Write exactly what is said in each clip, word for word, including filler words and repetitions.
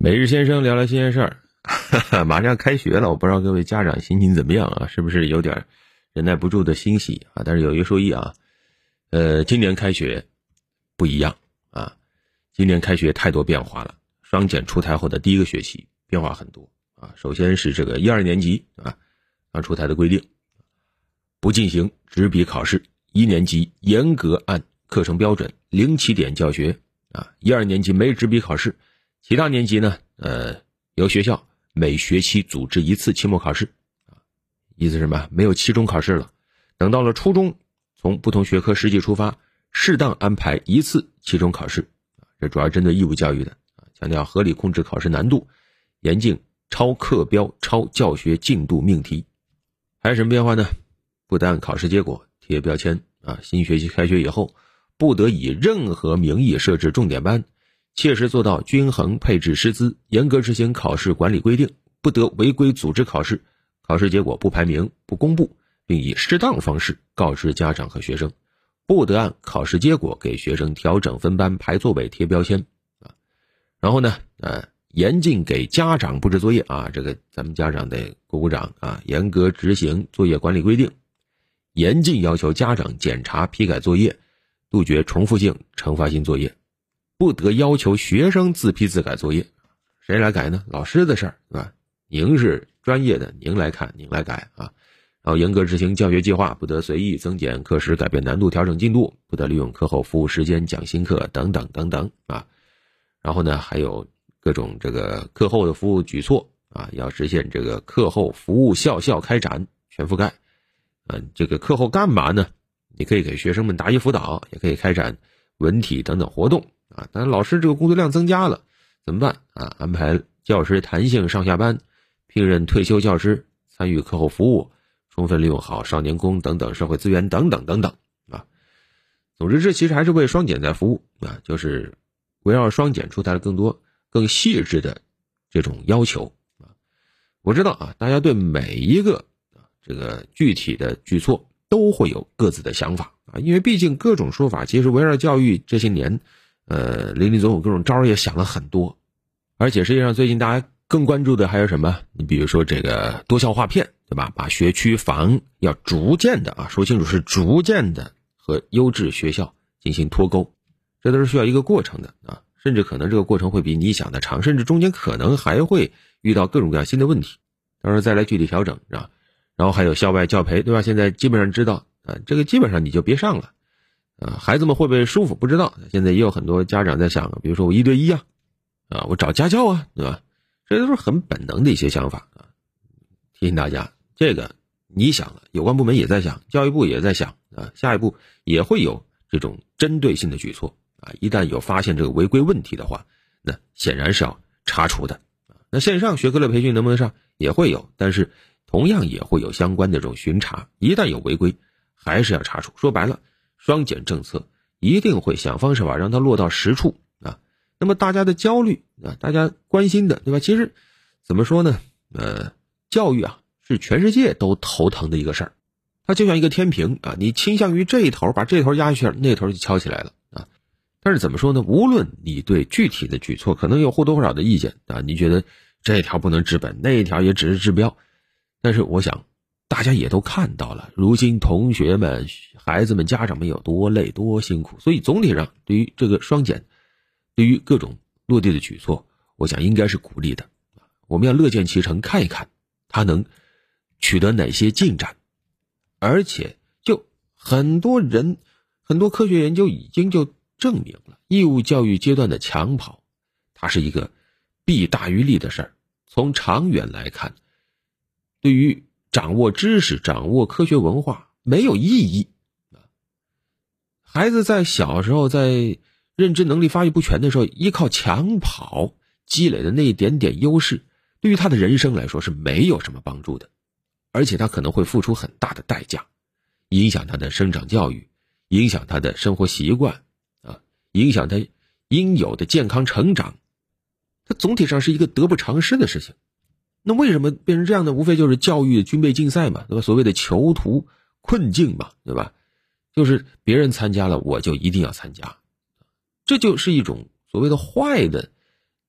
每日先生聊聊新鲜事儿，哈哈，马上开学了，我不知道各位家长心情怎么样啊？是不是有点忍耐不住的欣喜啊？但是有一说一啊，呃，今年开学不一样啊，今年开学太多变化了。双减出台后的第一个学期变化很多啊。首先是这个一二年级啊，刚出台的规定，不进行纸笔考试，一年级严格按课程标准零起点教学啊，一二年级没纸笔考试。其他年级呢，呃，由学校每学期组织一次期末考试，啊，意思是什么？没有期中考试了。等到了初中，从不同学科实际出发，适当安排一次期中考试，啊，这主要针对义务教育的，啊，强调合理控制考试难度，严禁超课标、超教学进度命题。还有什么变化呢？不得按考试结果贴标签，啊，新学期开学以后，不得以任何名义设置重点班。切实做到均衡配置师资，严格执行考试管理规定，不得违规组织考试，考试结果不排名、不公布，并以适当方式告知家长和学生，不得按考试结果给学生调整分班、排座位、贴标签啊。然后呢，呃，严禁给家长布置作业啊，这个咱们家长得鼓鼓掌啊，严格执行作业管理规定，严禁要求家长检查批改作业，杜绝重复性、惩罚性作业。不得要求学生自批自改作业，谁来改呢？老师的事儿，对吧？您是专业的，您来看，您来改啊。然后严格执行教学计划，不得随意增减课时、改变难度、调整进度，不得利用课后服务时间讲新课等等等等啊。然后呢，还有各种这个课后的服务举措啊，要实现这个课后服务校校开展全覆盖。嗯，这个课后干嘛呢？你可以给学生们答疑辅导，也可以开展文体等等活动。啊，但是老师这个工作量增加了，怎么办啊？安排教师弹性上下班，聘任退休教师参与课后服务，充分利用好少年宫等等社会资源等等等等啊。总之，这其实还是为双减在服务啊，就是围绕双减出台了更多更细致的这种要求啊。我知道啊，大家对每一个啊这个具体的举措都会有各自的想法啊，因为毕竟各种说法其实围绕教育这些年。呃，林林总总各种招也想了很多，而且实际上最近大家更关注的还有什么？你比如说这个多校划片，对吧？把学区房要逐渐的啊，说清楚是逐渐的和优质学校进行脱钩，这都是需要一个过程的啊，甚至可能这个过程会比你想的长，甚至中间可能还会遇到各种各样新的问题，到时候再来具体调整啊。然后还有校外教培，对吧？现在基本上知道啊，这个基本上你就别上了。啊，孩子们会不会舒服不知道，现在也有很多家长在想，比如说我一对一啊，啊，我找家教啊，对吧？这都是很本能的一些想法啊。提醒大家，这个你想了，有关部门也在想，教育部也在想啊，下一步也会有这种针对性的举措啊。一旦有发现这个违规问题的话，那显然是要查处的啊。那线上学科类培训能不能上也会有，但是同样也会有相关的这种巡查，一旦有违规，还是要查处。说白了。双减政策一定会想方设法让它落到实处啊。那么大家的焦虑啊，大家关心的，对吧？其实怎么说呢？呃，教育啊是全世界都头疼的一个事儿，它就像一个天平啊，你倾向于这一头，把这头压下去了，那头就翘起来了啊。但是怎么说呢？无论你对具体的举措可能有或多或少的意见啊，你觉得这条不能治本，那一条也只是治标，但是我想。大家也都看到了，如今同学们、孩子们、家长们有多累、多辛苦，所以总体上对于这个双减，对于各种落地的举措，我想应该是鼓励的。我们要乐见其成，看一看它能取得哪些进展。而且，就很多人、很多科学研究已经就证明了，义务教育阶段的抢跑，它是一个弊大于利的事儿。从长远来看，对于掌握知识、掌握科学文化没有意义。孩子在小时候在认知能力发育不全的时候，依靠抢跑积累的那一点点优势，对于他的人生来说是没有什么帮助的，而且他可能会付出很大的代价，影响他的生长教育，影响他的生活习惯啊，影响他应有的健康成长。它总体上是一个得不偿失的事情。那为什么变成这样呢？无非就是教育军备竞赛嘛，对吧？所谓的囚徒困境嘛，对吧？就是别人参加了，我就一定要参加，这就是一种所谓的坏的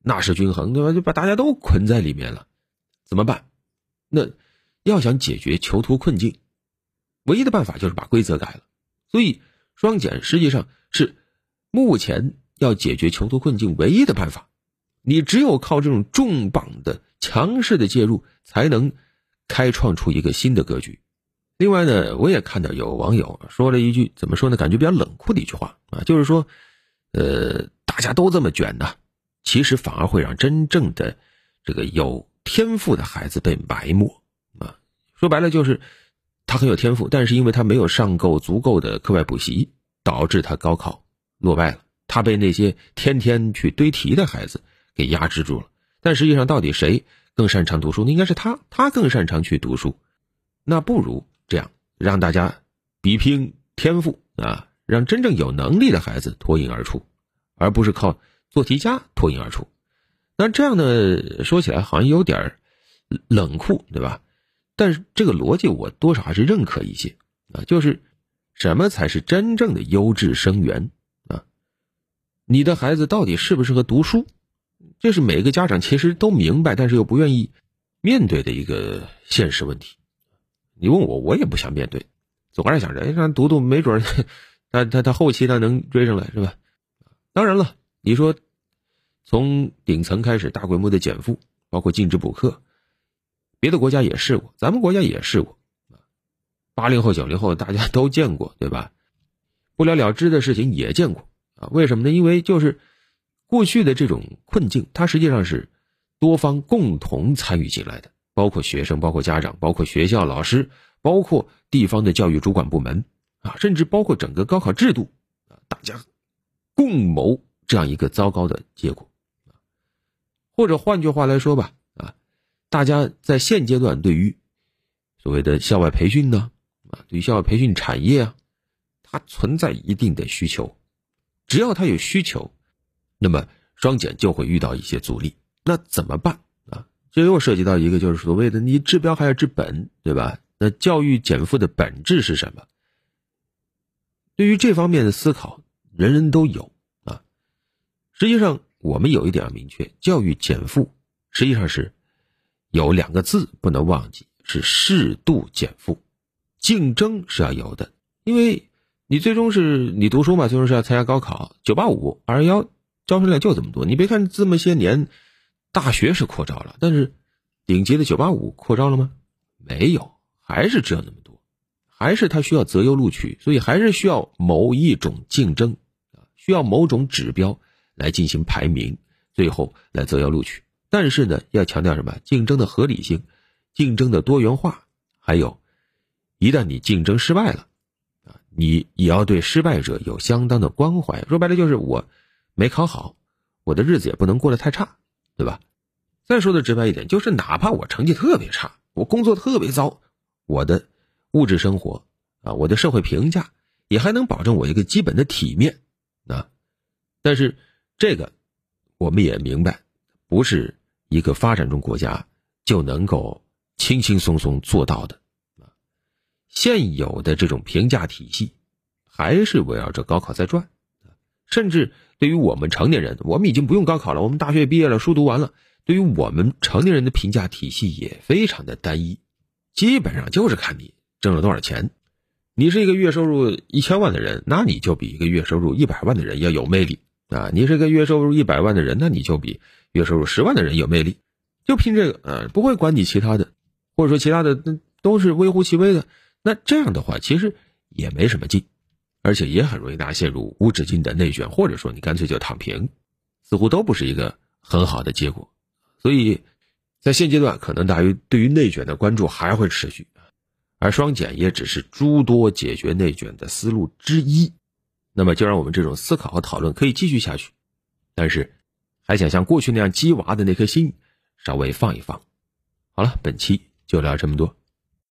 纳什均衡，对吧？就把大家都捆在里面了，怎么办？那要想解决囚徒困境，唯一的办法就是把规则改了。所以双减实际上是目前要解决囚徒困境唯一的办法。你只有靠这种重磅的强势的介入，才能开创出一个新的格局。另外呢，我也看到有网友说了一句，怎么说呢，感觉比较冷酷的一句话啊，就是说呃，大家都这么卷呢，其实反而会让真正的这个有天赋的孩子被埋没啊。说白了就是他很有天赋，但是因为他没有上够足够的课外补习，导致他高考落败了，他被那些天天去堆题的孩子给压制住了。但实际上到底谁更擅长读书呢？应该是他，他更擅长去读书。那不如这样，让大家比拼天赋啊，让真正有能力的孩子脱颖而出，而不是靠做题家脱颖而出。那这样呢，说起来好像有点冷酷，对吧？但是这个逻辑我多少还是认可一些啊，就是什么才是真正的优质生源啊？你的孩子到底适不适合读书？这是每个家长其实都明白，但是又不愿意面对的一个现实问题。你问我，我也不想面对，总还是想着，哎，让读读，没准他他他后期他能追上来，是吧？当然了，你说从顶层开始大规模的减负，包括禁止补课，别的国家也试过，咱们国家也试过，八零后九零后大家都见过，对吧？不了了之的事情也见过啊。为什么呢？因为就是过去的这种困境，它实际上是多方共同参与进来的，包括学生，包括家长，包括学校老师，包括地方的教育主管部门啊，甚至包括整个高考制度啊，大家共谋这样一个糟糕的结果。或者换句话来说吧，啊，大家在现阶段对于所谓的校外培训呢，啊，对于校外培训产业啊，它存在一定的需求。只要它有需求，那么双减就会遇到一些阻力。那怎么办啊？这又涉及到一个就是所谓的你治标还要治本，对吧？那教育减负的本质是什么？对于这方面的思考，人人都有啊。实际上我们有一点要明确，教育减负实际上是有两个字不能忘记，是适度减负。竞争是要有的，因为你最终是你读书嘛，最终是要参加高考，九八五、二幺幺招生量就这么多。你别看这么些年大学是扩招了，但是顶级的九八五扩招了吗？没有，还是只有那么多，还是它需要择优录取，所以还是需要某一种竞争，需要某种指标来进行排名，最后来择优录取。但是呢，要强调什么？竞争的合理性，竞争的多元化，还有一旦你竞争失败了啊，你也要对失败者有相当的关怀。说白了就是我没考好，我的日子也不能过得太差，对吧？再说的直白一点，就是哪怕我成绩特别差，我工作特别糟，我的物质生活啊，我的社会评价也还能保证我一个基本的体面啊。但是这个我们也明白，不是一个发展中国家就能够轻轻松松做到的啊。现有的这种评价体系还是围绕着高考在转，甚至对于我们成年人，我们已经不用高考了，我们大学毕业了，书读完了，对于我们成年人的评价体系也非常的单一，基本上就是看你挣了多少钱。你是一个月收入一千万的人，那你就比一个月收入一百万的人要有魅力啊！你是一个月收入一百万的人，那你就比月收入十万的人有魅力。就凭这个啊，不会管你其他的，或者说其他的都是微乎其微的。那这样的话，其实也没什么劲，而且也很容易大家陷入无止境的内卷，或者说你干脆就躺平，似乎都不是一个很好的结果。所以在现阶段，可能大家对于内卷的关注还会持续，而双减也只是诸多解决内卷的思路之一。那么就让我们这种思考和讨论可以继续下去，但是还想像过去那样鸡娃的那颗心稍微放一放。好了，本期就聊这么多。